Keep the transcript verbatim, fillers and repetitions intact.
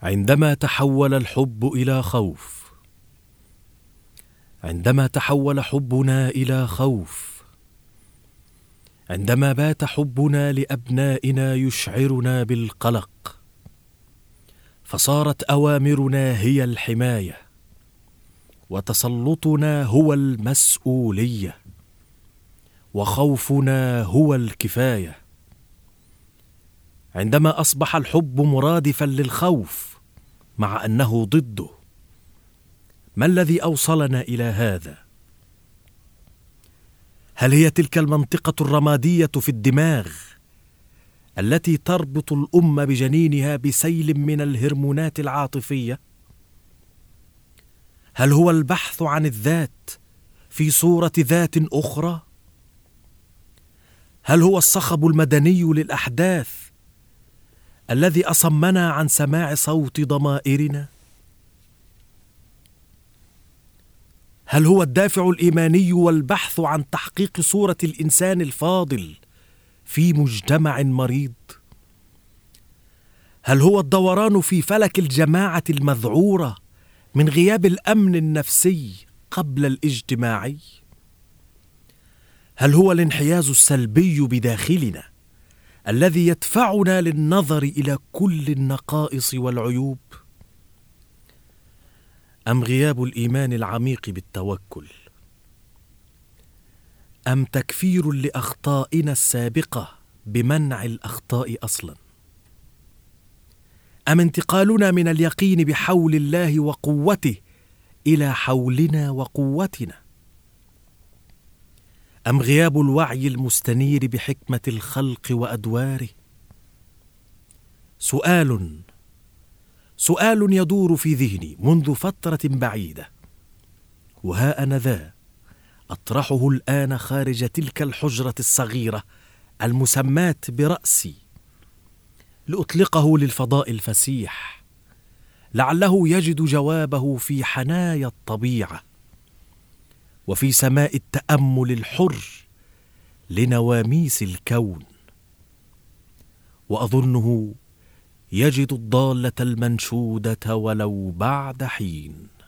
عندما تحول الحب إلى خوف، عندما تحول حبنا إلى خوف، عندما بات حبنا لأبنائنا يشعرنا بالقلق، فصارت أوامرنا هي الحماية، وتسلطنا هو المسؤولية، وخوفنا هو الكفاية. عندما أصبح الحب مرادفا للخوف مع أنه ضده، ما الذي أوصلنا إلى هذا؟ هل هي تلك المنطقة الرمادية في الدماغ التي تربط الأم بجنينها بسيل من الهرمونات العاطفية؟ هل هو البحث عن الذات في صورة ذات أخرى؟ هل هو الصخب المدني للأحداث الذي أصمنا عن سماع صوت ضمائرنا؟ هل هو الدافع الإيماني والبحث عن تحقيق صورة الإنسان الفاضل في مجتمع مريض؟ هل هو الدوران في فلك الجماعة المذعورة من غياب الأمن النفسي قبل الاجتماعي؟ هل هو الانحياز السلبي بداخلنا الذي يدفعنا للنظر إلى كل النقائص والعيوب؟ أم غياب الإيمان العميق بالتوكل؟ أم تكفير لأخطائنا السابقة بمنع الأخطاء أصلاً؟ أم انتقالنا من اليقين بحول الله وقوته إلى حولنا وقوتنا؟ أم غياب الوعي المستنير بحكمة الخلق وأدواره؟ سؤال سؤال يدور في ذهني منذ فترة بعيدة، وها أنا ذا أطرحه الآن خارج تلك الحجرة الصغيرة المسماة برأسي، لأطلقه للفضاء الفسيح، لعله يجد جوابه في حنايا الطبيعة وفي سماء التأمل الحر لنواميس الكون، وأظنه يجد الضالة المنشودة ولو بعد حين.